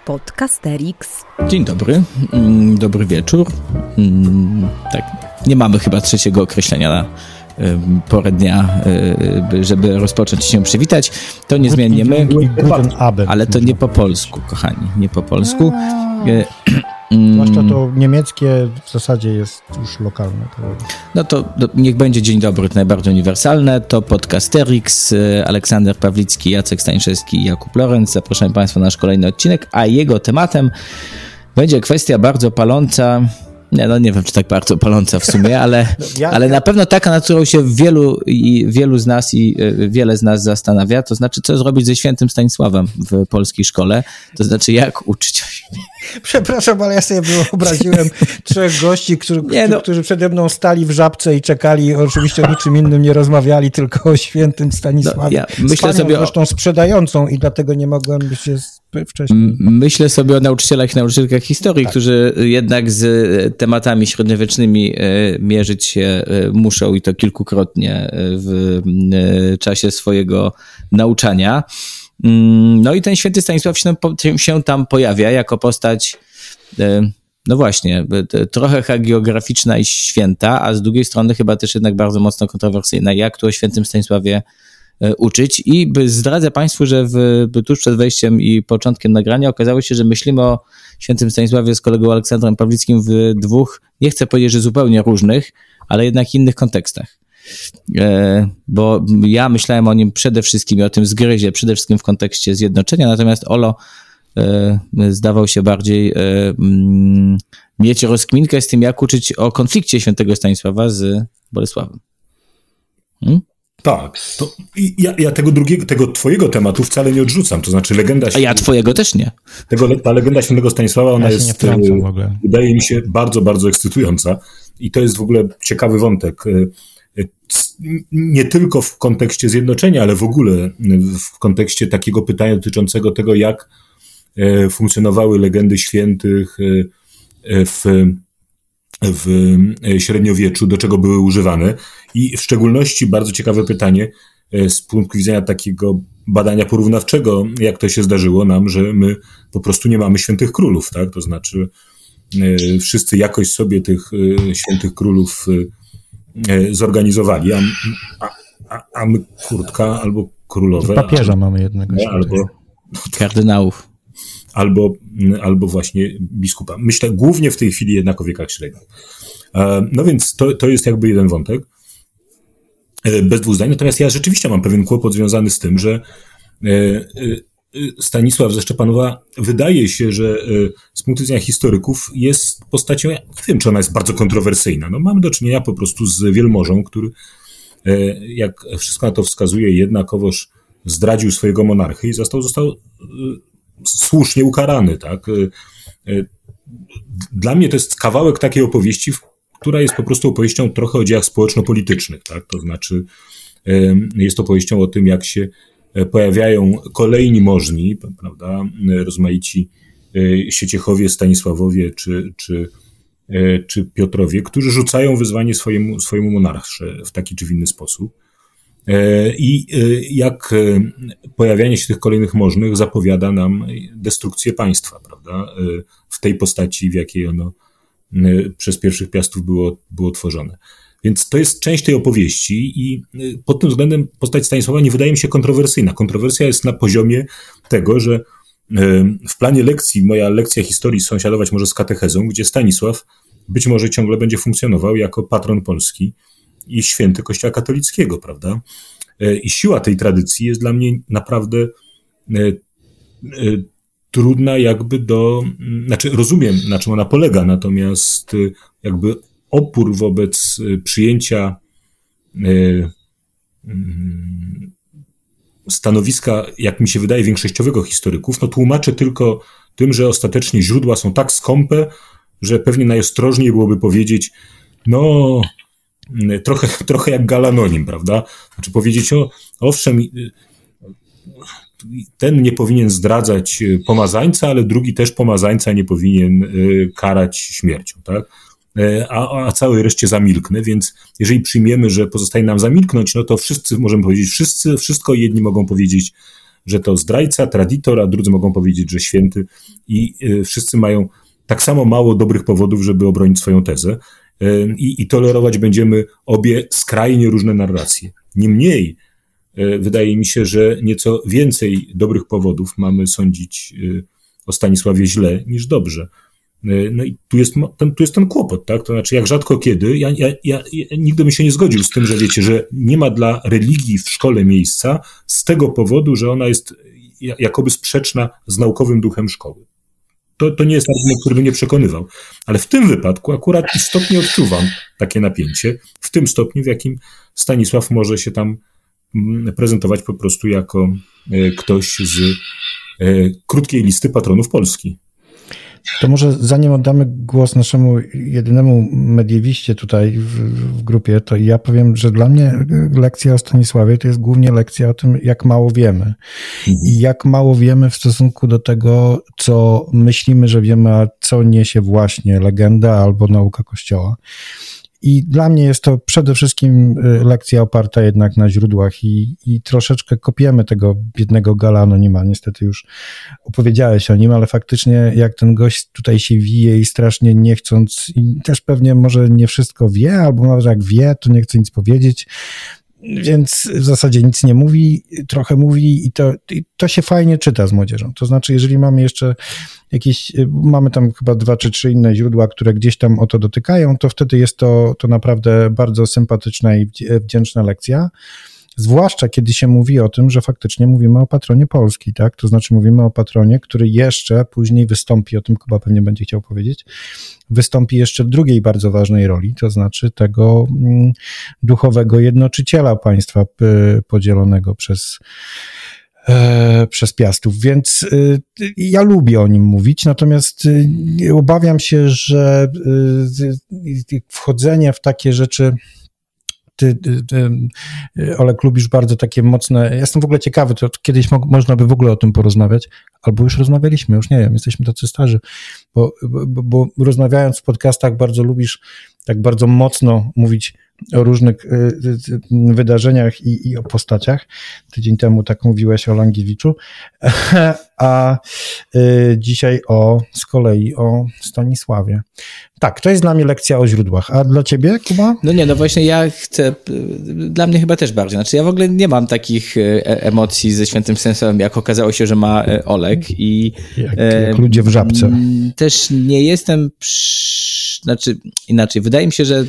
Podcasterix. Dzień dobry, dobry wieczór. Tak, nie mamy chyba trzeciego określenia na porę dnia, żeby rozpocząć się przywitać. To niezmiennie my, ale to nie po polsku, kochani, nie po polsku. Zwłaszcza to niemieckie w zasadzie jest już lokalne. No to niech będzie dzień dobry, to najbardziej uniwersalne. To Podcasterix, Aleksander Pawlicki, Jacek Stańszewski i Jakub Lorenz. Zapraszam Państwa na nasz kolejny odcinek, a jego tematem będzie kwestia bardzo paląca. Nie wiem, czy tak bardzo paląca w sumie, ale na pewno taka, nad którą się wielu z nas i wiele z nas zastanawia, to znaczy, co zrobić ze świętym Stanisławem w polskiej szkole, to znaczy, jak uczyć. Przepraszam, ale ja sobie wyobraziłem trzech gości, którzy przede mną stali w żabce i czekali, oczywiście o niczym innym nie rozmawiali, tylko o świętym Stanisławie. Ja myślę sobie zresztą sprzedającą i dlatego nie mogłem się wcześniej... Myślę sobie o nauczycielach i nauczycielkach historii, którzy jednak z tematami średniowiecznymi mierzyć się muszą i to kilkukrotnie w czasie swojego nauczania. No i ten święty Stanisław się tam pojawia jako postać, no właśnie, trochę hagiograficzna i święta, a z drugiej strony chyba też jednak bardzo mocno kontrowersyjna. Jak tu o świętym Stanisławie uczyć? I zdradzę Państwu, że tuż przed wejściem i początkiem nagrania okazało się, że myślimy o świętym Stanisławie z kolegą Aleksandrem Pawlickim w dwóch, nie chcę powiedzieć, że zupełnie różnych, ale jednak innych kontekstach. Bo ja myślałem o nim przede wszystkim i o tym zgryzie, przede wszystkim w kontekście zjednoczenia, natomiast Olo zdawał się bardziej mieć rozkminkę z tym, jak uczyć o konflikcie świętego Stanisława z Bolesławem. Tak, to ja tego twojego tematu wcale nie odrzucam, to znaczy legenda... A ja twojego też nie. Ta legenda świętego Stanisława, ona jest, wydaje mi się, bardzo, bardzo ekscytująca i to jest w ogóle ciekawy wątek. Nie tylko w kontekście zjednoczenia, ale w ogóle w kontekście takiego pytania dotyczącego tego, jak funkcjonowały legendy świętych w średniowieczu, do czego były używane i w szczególności bardzo ciekawe pytanie z punktu widzenia takiego badania porównawczego, jak to się zdarzyło nam, że my po prostu nie mamy świętych królów, tak? To znaczy wszyscy jakoś sobie tych świętych królów zorganizowali, a my kurtka albo królowe. Papieża mamy jednego. Albo kardynałów. Albo właśnie biskupa. Myślę głównie w tej chwili jednak o wiekach średnich. No więc to jest jakby jeden wątek. Bez dwóch zdań. Natomiast ja rzeczywiście mam pewien kłopot związany z tym, że Stanisław ze Szczepanowa wydaje się, że z punktu widzenia historyków jest postacią, ja nie wiem, czy ona jest bardzo kontrowersyjna. No, mamy do czynienia po prostu z wielmożą, który, jak wszystko na to wskazuje, jednakowoż zdradził swojego monarchy i został słusznie ukarany. Tak? Dla mnie to jest kawałek takiej opowieści, która jest po prostu opowieścią trochę o dziejach społeczno-politycznych. Tak? To znaczy jest opowieścią o tym, jak się pojawiają kolejni możni, prawda, rozmaici Sieciechowie, Stanisławowie czy Piotrowie, którzy rzucają wyzwanie swojemu monarsze w taki czy w inny sposób. I jak pojawianie się tych kolejnych możnych zapowiada nam destrukcję państwa, prawda, w tej postaci, w jakiej ono przez pierwszych Piastów było tworzone. Więc to jest część tej opowieści i pod tym względem postać Stanisława nie wydaje mi się kontrowersyjna. Kontrowersja jest na poziomie tego, że w planie lekcji, moja lekcja historii sąsiadować może z katechezą, gdzie Stanisław być może ciągle będzie funkcjonował jako patron Polski i święty Kościoła katolickiego, prawda? I siła tej tradycji jest dla mnie naprawdę trudna jakby znaczy rozumiem, na czym ona polega, natomiast jakby opór wobec przyjęcia stanowiska, jak mi się wydaje, większościowego historyków, no tłumaczę tylko tym, że ostatecznie źródła są tak skąpe, że pewnie najostrożniej byłoby powiedzieć, no trochę jak Galanonim, prawda? Znaczy powiedzieć, owszem, ten nie powinien zdradzać pomazańca, ale drugi też pomazańca nie powinien karać śmiercią, tak? A całej reszcie zamilknę, więc jeżeli przyjmiemy, że pozostaje nam zamilknąć, no to wszyscy możemy powiedzieć wszystko i jedni mogą powiedzieć że to zdrajca, traditor, a drudzy mogą powiedzieć, że święty i wszyscy mają tak samo mało dobrych powodów, żeby obronić swoją tezę i tolerować będziemy obie skrajnie różne narracje. Niemniej wydaje mi się, że nieco więcej dobrych powodów mamy sądzić o Stanisławie źle niż dobrze. No i tu jest ten kłopot, tak? To znaczy, jak rzadko kiedy, ja nigdy bym się nie zgodził z tym, że wiecie, że nie ma dla religii w szkole miejsca z tego powodu, że ona jest jakoby sprzeczna z naukowym duchem szkoły. To nie jest argument, który by nie przekonywał. Ale w tym wypadku akurat istotnie odczuwam takie napięcie, w tym stopniu, w jakim Stanisław może się tam prezentować po prostu jako ktoś z krótkiej listy patronów Polski. To może zanim oddamy głos naszemu jedynemu mediewiście tutaj w grupie, to ja powiem, że dla mnie lekcja o Stanisławie to jest głównie lekcja o tym, jak mało wiemy. I jak mało wiemy w stosunku do tego, co myślimy, że wiemy, a co niesie właśnie legenda albo nauka Kościoła. I dla mnie jest to przede wszystkim lekcja oparta jednak na źródłach i troszeczkę kopiemy tego biednego Galano, nie ma, niestety już opowiedziałeś o nim, ale faktycznie jak ten gość tutaj się wije i strasznie nie chcąc, i też pewnie może nie wszystko wie, albo nawet jak wie, to nie chce nic powiedzieć, więc w zasadzie nic nie mówi, trochę mówi i to się fajnie czyta z młodzieżą. To znaczy, jeżeli mamy jeszcze mamy tam chyba 2 czy 3 inne źródła, które gdzieś tam o to dotykają, to wtedy jest to naprawdę bardzo sympatyczna i wdzięczna lekcja. Zwłaszcza kiedy się mówi o tym, że faktycznie mówimy o patronie Polski, tak? To znaczy mówimy o patronie, który jeszcze później wystąpi, o tym Kuba pewnie będzie chciał powiedzieć, wystąpi jeszcze w drugiej bardzo ważnej roli, to znaczy tego duchowego jednoczyciela państwa podzielonego przez Piastów, więc ja lubię o nim mówić, natomiast obawiam się, że wchodzenie w takie rzeczy. Ty, Olek, lubisz bardzo takie mocne, ja jestem w ogóle ciekawy, to kiedyś można by w ogóle o tym porozmawiać, albo już rozmawialiśmy, już nie wiem, jesteśmy tacy starzy, bo rozmawiając w podcastach bardzo lubisz tak bardzo mocno mówić o różnych wydarzeniach i o postaciach. Tydzień temu tak mówiłeś o Langiewiczu, a dzisiaj z kolei o Stanisławie. Tak, to jest dla mnie lekcja o źródłach. A dla ciebie, Kuba? No właśnie ja chcę, dla mnie chyba też bardziej. Znaczy ja w ogóle nie mam takich emocji ze Świętym Stanisławem, jak okazało się, że ma Olek. I jak ludzie w Żabce. Też nie jestem, znaczy inaczej, wydaje mi się, że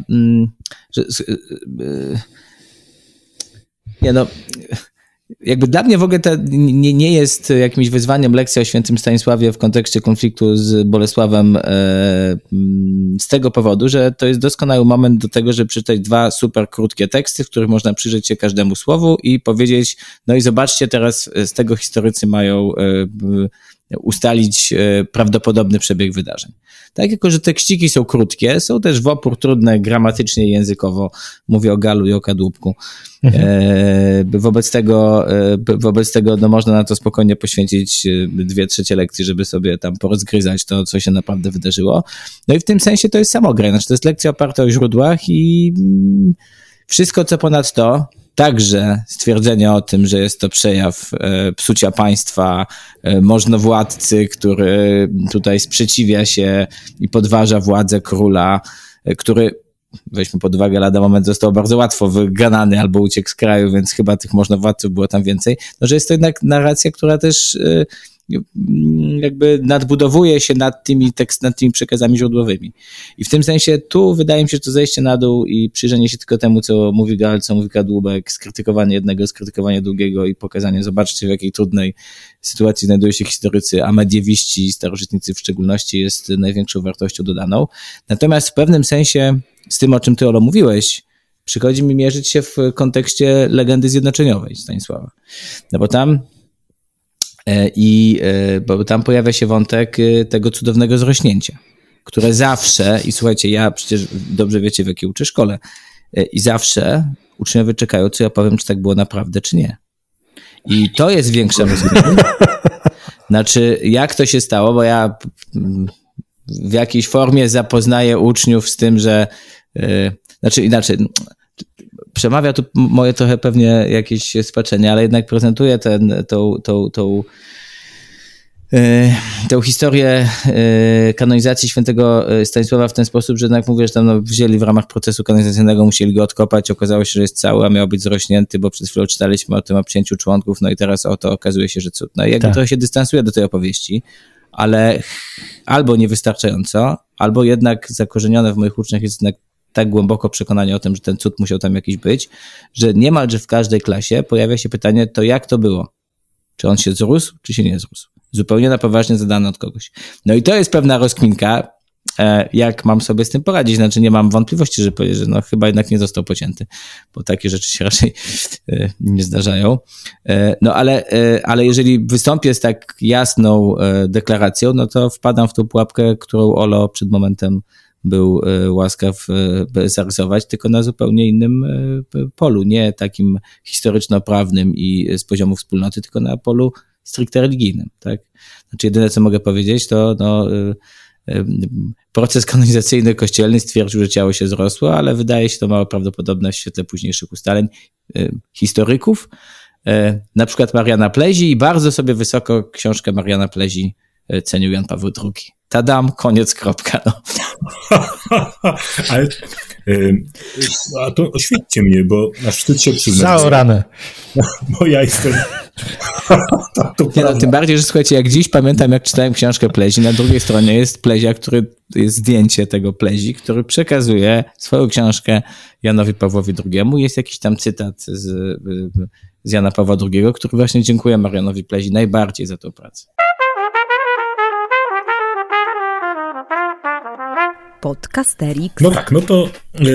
jakby dla mnie w ogóle to nie jest jakimś wyzwaniem lekcja o Świętym Stanisławie w kontekście konfliktu z Bolesławem z tego powodu, że to jest doskonały moment do tego, żeby przeczytać 2 super krótkie teksty, w których można przyjrzeć się każdemu słowu i powiedzieć, no i zobaczcie teraz, z tego historycy mają ustalić prawdopodobny przebieg wydarzeń. Tak, jako że tekściki są krótkie, są też w opór trudne gramatycznie i językowo. Mówię o Galu i o Kadłubku. Wobec tego no, można na to spokojnie poświęcić 2/3 lekcji, żeby sobie tam porozgryzać to, co się naprawdę wydarzyło. No i w tym sensie to jest samograj. Znaczy, to jest lekcja oparta o źródłach i wszystko, co ponad to, także stwierdzenie o tym, że jest to przejaw psucia państwa, możnowładcy, który tutaj sprzeciwia się i podważa władzę króla, który, weźmy pod uwagę, lada moment został bardzo łatwo wyganany albo uciekł z kraju, więc chyba tych możnowładców było tam więcej, no że jest to jednak narracja, która też jakby nadbudowuje się nad tymi przekazami źródłowymi. I w tym sensie tu wydaje mi się, że to zejście na dół i przyjrzenie się tylko temu, co mówi Gal, co mówi Kadłubek, skrytykowanie jednego, skrytykowanie drugiego i pokazanie, zobaczcie, w jakiej trudnej sytuacji znajdują się historycy, a mediewiści i starożytnicy w szczególności jest największą wartością dodaną. Natomiast w pewnym sensie z tym, o czym ty, Olo, mówiłeś, przychodzi mi mierzyć się w kontekście legendy zjednoczeniowej Stanisława. No bo tam pojawia się wątek tego cudownego zrośnięcia, które zawsze, i słuchajcie, ja przecież dobrze wiecie, w jakiej uczę szkole, i zawsze uczniowie czekają, co ja powiem, czy tak było naprawdę, czy nie. I to jest większa rozgrywka. Znaczy, jak to się stało, bo ja w jakiejś formie zapoznaję uczniów z tym, że, znaczy inaczej, przemawia tu moje trochę pewnie jakieś spaczenie, ale jednak prezentuję tę historię kanonizacji świętego Stanisława w ten sposób, że jednak mówię, że tam wzięli w ramach procesu kanonizacyjnego, musieli go odkopać, okazało się, że jest cały, a miał być zrośnięty, bo przed chwilą czytaliśmy o tym obcięciu członków, no i teraz oto okazuje się, że cud. No i jakby trochę się dystansuje do tej opowieści, ale albo niewystarczająco, albo jednak zakorzenione w moich uczniach jest jednak tak głęboko przekonanie o tym, że ten cud musiał tam jakiś być, że niemalże w każdej klasie pojawia się pytanie, to jak to było? Czy on się zrósł, czy się nie zrósł? Zupełnie na poważnie zadane od kogoś. No i to jest pewna rozkminka, jak mam sobie z tym poradzić. Znaczy nie mam wątpliwości, że powiedzieć, że no chyba jednak nie został pocięty, bo takie rzeczy się raczej nie zdarzają. No ale jeżeli wystąpię z tak jasną deklaracją, no to wpadam w tą pułapkę, którą Olo przed momentem był łaskaw zarysować, tylko na zupełnie innym polu, nie takim historyczno-prawnym i z poziomu wspólnoty, tylko na polu stricte religijnym, tak? Znaczy jedyne, co mogę powiedzieć, to proces kanonizacyjny kościelny stwierdził, że ciało się zrosło, ale wydaje się to mało prawdopodobne w świetle późniejszych ustaleń historyków, na przykład Mariana Plezi, i bardzo sobie wysoko książkę Mariana Plezi cenił Jan Paweł II. Tadam, koniec, kropka. No. Ale a to oświećcie mnie, bo aż wstyd się przyznać. Zaorane. Bo ja jestem... Nie, no, tym bardziej, że słuchajcie, jak dziś pamiętam, jak czytałem książkę Plezi, na drugiej stronie jest Plezia, który jest zdjęcie tego Plezi, który przekazuje swoją książkę Janowi Pawłowi II. Jest jakiś tam cytat z Jana Pawła II, który właśnie dziękuję Marianowi Plezi najbardziej za tę pracę. Podcasterix. No tak, no to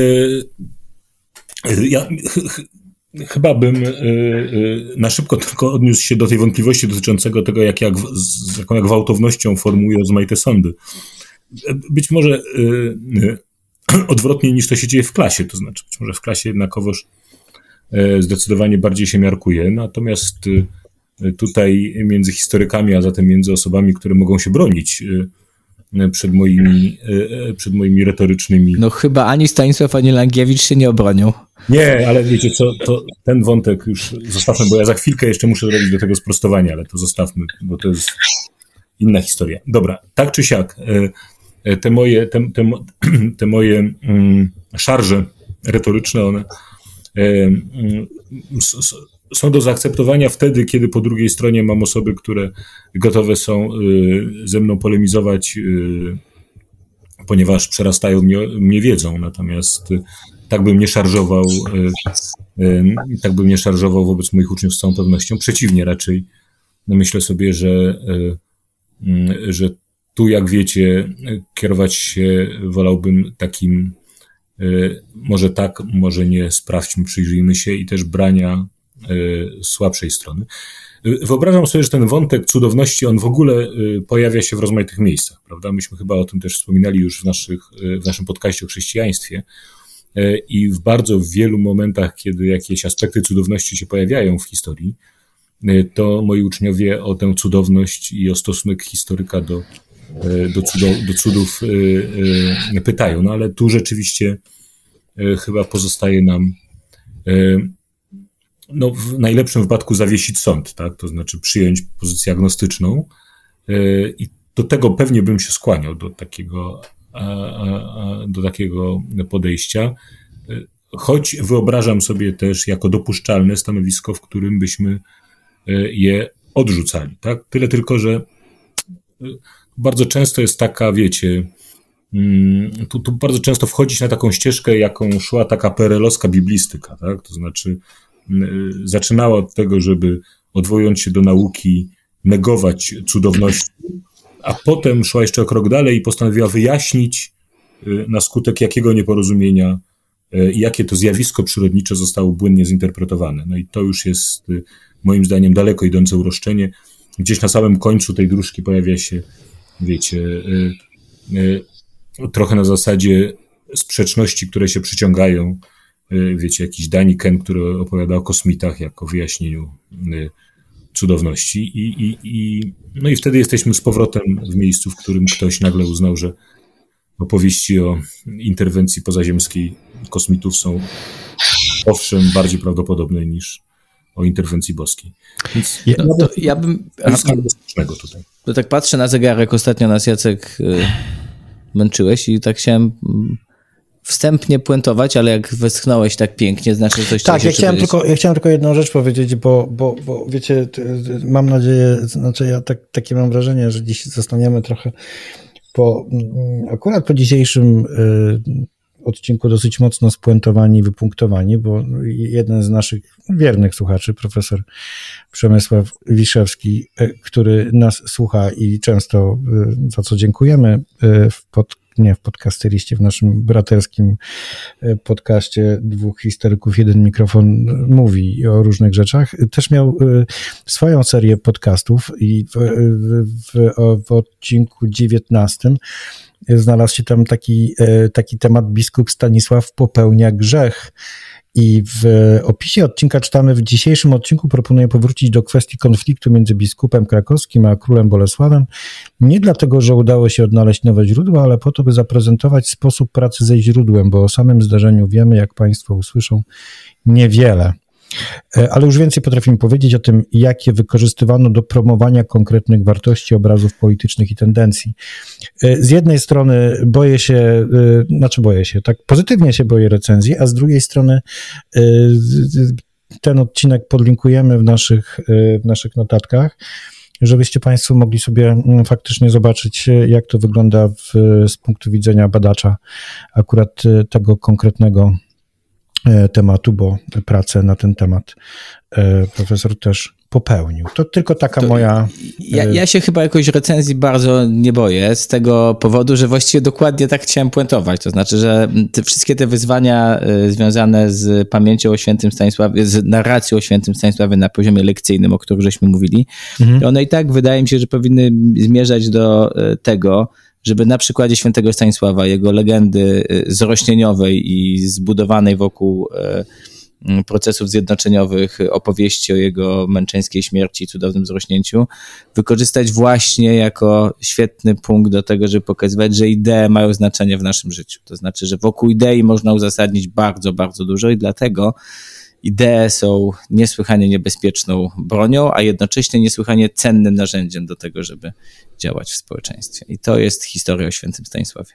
ja chyba bym na szybko tylko odniósł się do tej wątpliwości dotyczącego tego, jak gwałtownością formują rozmaite sądy. Być może odwrotnie niż to się dzieje w klasie, to znaczy być może w klasie jednakowoż zdecydowanie bardziej się miarkuje, natomiast tutaj między historykami, a zatem między osobami, które mogą się bronić przed moimi retorycznymi... No chyba ani Stanisław, ani Langiewicz się nie obronią. Nie, ale wiecie co, to ten wątek już zostawmy, bo ja za chwilkę jeszcze muszę zrobić do tego sprostowania, ale to zostawmy, bo to jest inna historia. Dobra, tak czy siak, te moje szarże retoryczne, one są do zaakceptowania wtedy, kiedy po drugiej stronie mam osoby, które gotowe są ze mną polemizować, ponieważ przerastają mnie wiedzą, natomiast tak bym nie szarżował wobec moich uczniów z całą pewnością. Przeciwnie, raczej myślę sobie, że tu, jak wiecie, kierować się wolałbym takim może tak, może nie, sprawdźmy, przyjrzyjmy się, i też brania słabszej strony. Wyobrażam sobie, że ten wątek cudowności, on w ogóle pojawia się w rozmaitych miejscach, prawda? Myśmy chyba o tym też wspominali już w naszym podcaście o chrześcijaństwie, i w bardzo wielu momentach, kiedy jakieś aspekty cudowności się pojawiają w historii, to moi uczniowie o tę cudowność i o stosunek historyka do cudów pytają. No ale tu rzeczywiście chyba pozostaje nam w najlepszym wypadku zawiesić sąd, tak? To znaczy przyjąć pozycję agnostyczną, i do tego pewnie bym się skłaniał, do takiego podejścia, choć wyobrażam sobie też jako dopuszczalne stanowisko, w którym byśmy je odrzucali, tak? Tyle tylko, że bardzo często jest taka, wiecie, tu bardzo często wchodzić na taką ścieżkę, jaką szła taka perelowska biblistyka, tak? To znaczy zaczynała od tego, żeby odwołując się do nauki negować cudowności, a potem szła jeszcze o krok dalej i postanowiła wyjaśnić, na skutek jakiego nieporozumienia i jakie to zjawisko przyrodnicze zostało błędnie zinterpretowane. No i to już jest moim zdaniem daleko idące uroszczenie. Gdzieś na samym końcu tej dróżki pojawia się, wiecie, trochę na zasadzie sprzeczności, które się przyciągają. Wiecie, jakiś Daniken, który opowiada o kosmitach jako wyjaśnieniu cudowności. No i wtedy jesteśmy z powrotem w miejscu, w którym ktoś nagle uznał, że opowieści o interwencji pozaziemskiej kosmitów są owszem, bardziej prawdopodobne niż o interwencji boskiej. Więc ja bym... tutaj. To tak patrzę na zegarek, ostatnio nas, Jacek, męczyłeś i tak chciałem wstępnie puentować, ale jak westchnąłeś tak pięknie, znaczy, że coś... Tak, ja chciałem tylko jedną rzecz powiedzieć, bo wiecie, mam nadzieję, ja takie mam wrażenie, że dziś zostaniemy trochę akurat po dzisiejszym odcinku dosyć mocno spuentowani i wypunktowani, bo jeden z naszych wiernych słuchaczy, profesor Przemysław Wiszewski, który nas słucha i często, za co dziękujemy, w podcasteryście, w naszym braterskim podcaście Dwóch Historyków, Jeden Mikrofon mówi o różnych rzeczach. Też miał swoją serię podcastów i w odcinku 19 znalazł się tam taki temat: biskup Stanisław popełnia grzech. I w opisie odcinka czytamy: w dzisiejszym odcinku proponuję powrócić do kwestii konfliktu między biskupem krakowskim a królem Bolesławem, nie dlatego, że udało się odnaleźć nowe źródła, ale po to, by zaprezentować sposób pracy ze źródłem, bo o samym zdarzeniu wiemy, jak Państwo usłyszą, niewiele. Ale już więcej potrafimy powiedzieć o tym, jak je wykorzystywano do promowania konkretnych wartości, obrazów politycznych i tendencji. Z jednej strony boję się, tak pozytywnie się boję recenzji, a z drugiej strony ten odcinek podlinkujemy w naszych notatkach, żebyście Państwo mogli sobie faktycznie zobaczyć, jak to wygląda z punktu widzenia badacza akurat tego konkretnego tematu, bo pracę na ten temat profesor też popełnił. To tylko taka moja... Ja się chyba jakoś recenzji bardzo nie boję, z tego powodu, że właściwie dokładnie tak chciałem puentować. To znaczy, że wszystkie te wyzwania związane z pamięcią o świętym Stanisławie, z narracją o świętym Stanisławie na poziomie lekcyjnym, o których żeśmy mówili, one i tak wydaje mi się, że powinny zmierzać do tego, żeby na przykładzie świętego Stanisława, jego legendy zrośnieniowej i zbudowanej wokół procesów zjednoczeniowych, opowieści o jego męczeńskiej śmierci i cudownym zrośnięciu, wykorzystać właśnie jako świetny punkt do tego, żeby pokazywać, że idee mają znaczenie w naszym życiu. To znaczy, że wokół idei można uzasadnić bardzo, bardzo dużo i dlatego idee są niesłychanie niebezpieczną bronią, a jednocześnie niesłychanie cennym narzędziem do tego, żeby działać w społeczeństwie. I to jest historia o świętym Stanisławie.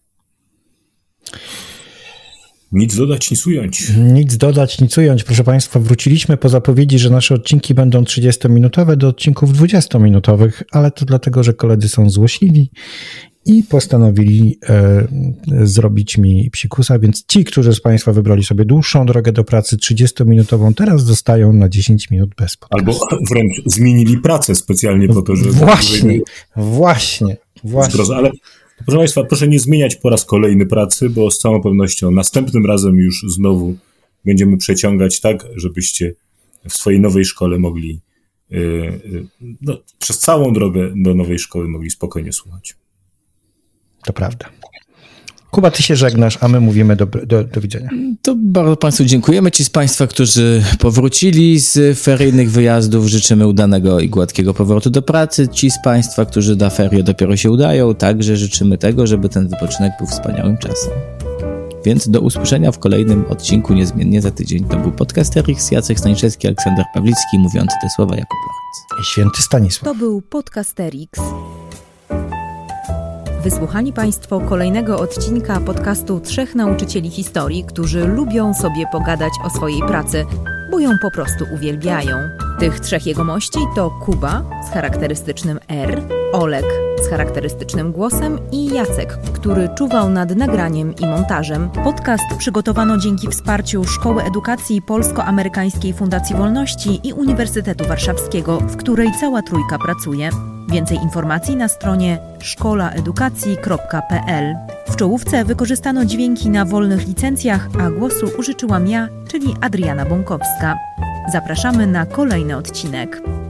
Nic dodać, nic ująć. Nic dodać, nic ująć. Proszę Państwa, wróciliśmy po zapowiedzi, że nasze odcinki będą 30-minutowe do odcinków 20-minutowych, ale to dlatego, że koledzy są złośliwi i postanowili zrobić mi psikusa, więc ci, którzy z Państwa wybrali sobie dłuższą drogę do pracy, 30-minutową, teraz dostają na 10 minut bez podcastu. Albo wręcz zmienili pracę specjalnie po to, żeby... Właśnie. Ale proszę Państwa, proszę nie zmieniać po raz kolejny pracy, bo z całą pewnością następnym razem już znowu będziemy przeciągać tak, żebyście w swojej nowej szkole mogli przez całą drogę do nowej szkoły mogli spokojnie słuchać. To prawda. Kuba, ty się żegnasz, a my mówimy do widzenia. To bardzo Państwu dziękujemy. Ci z Państwa, którzy powrócili z feryjnych wyjazdów, życzymy udanego i gładkiego powrotu do pracy. Ci z Państwa, którzy na ferie dopiero się udają, także życzymy tego, żeby ten wypoczynek był wspaniałym czasem. Więc do usłyszenia w kolejnym odcinku niezmiennie za tydzień. To był Podcasterix, Jacek Staniszewski, Aleksander Pawlicki, mówiący te słowa Jakub Lorenz. I święty Stanisław. To był Podcasterix. Wysłuchali Państwo kolejnego odcinka podcastu Trzech Nauczycieli Historii, którzy lubią sobie pogadać o swojej pracy, bo ją po prostu uwielbiają. Tych trzech jegomości to Kuba z charakterystycznym R, Olek z charakterystycznym głosem i Jacek, który czuwał nad nagraniem i montażem. Podcast przygotowano dzięki wsparciu Szkoły Edukacji Polsko-Amerykańskiej Fundacji Wolności i Uniwersytetu Warszawskiego, w której cała trójka pracuje. Więcej informacji na stronie szkolaedukacji.pl. W czołówce wykorzystano dźwięki na wolnych licencjach, a głosu użyczyłam ja, czyli Adriana Bąkowska. Zapraszamy na kolejny odcinek.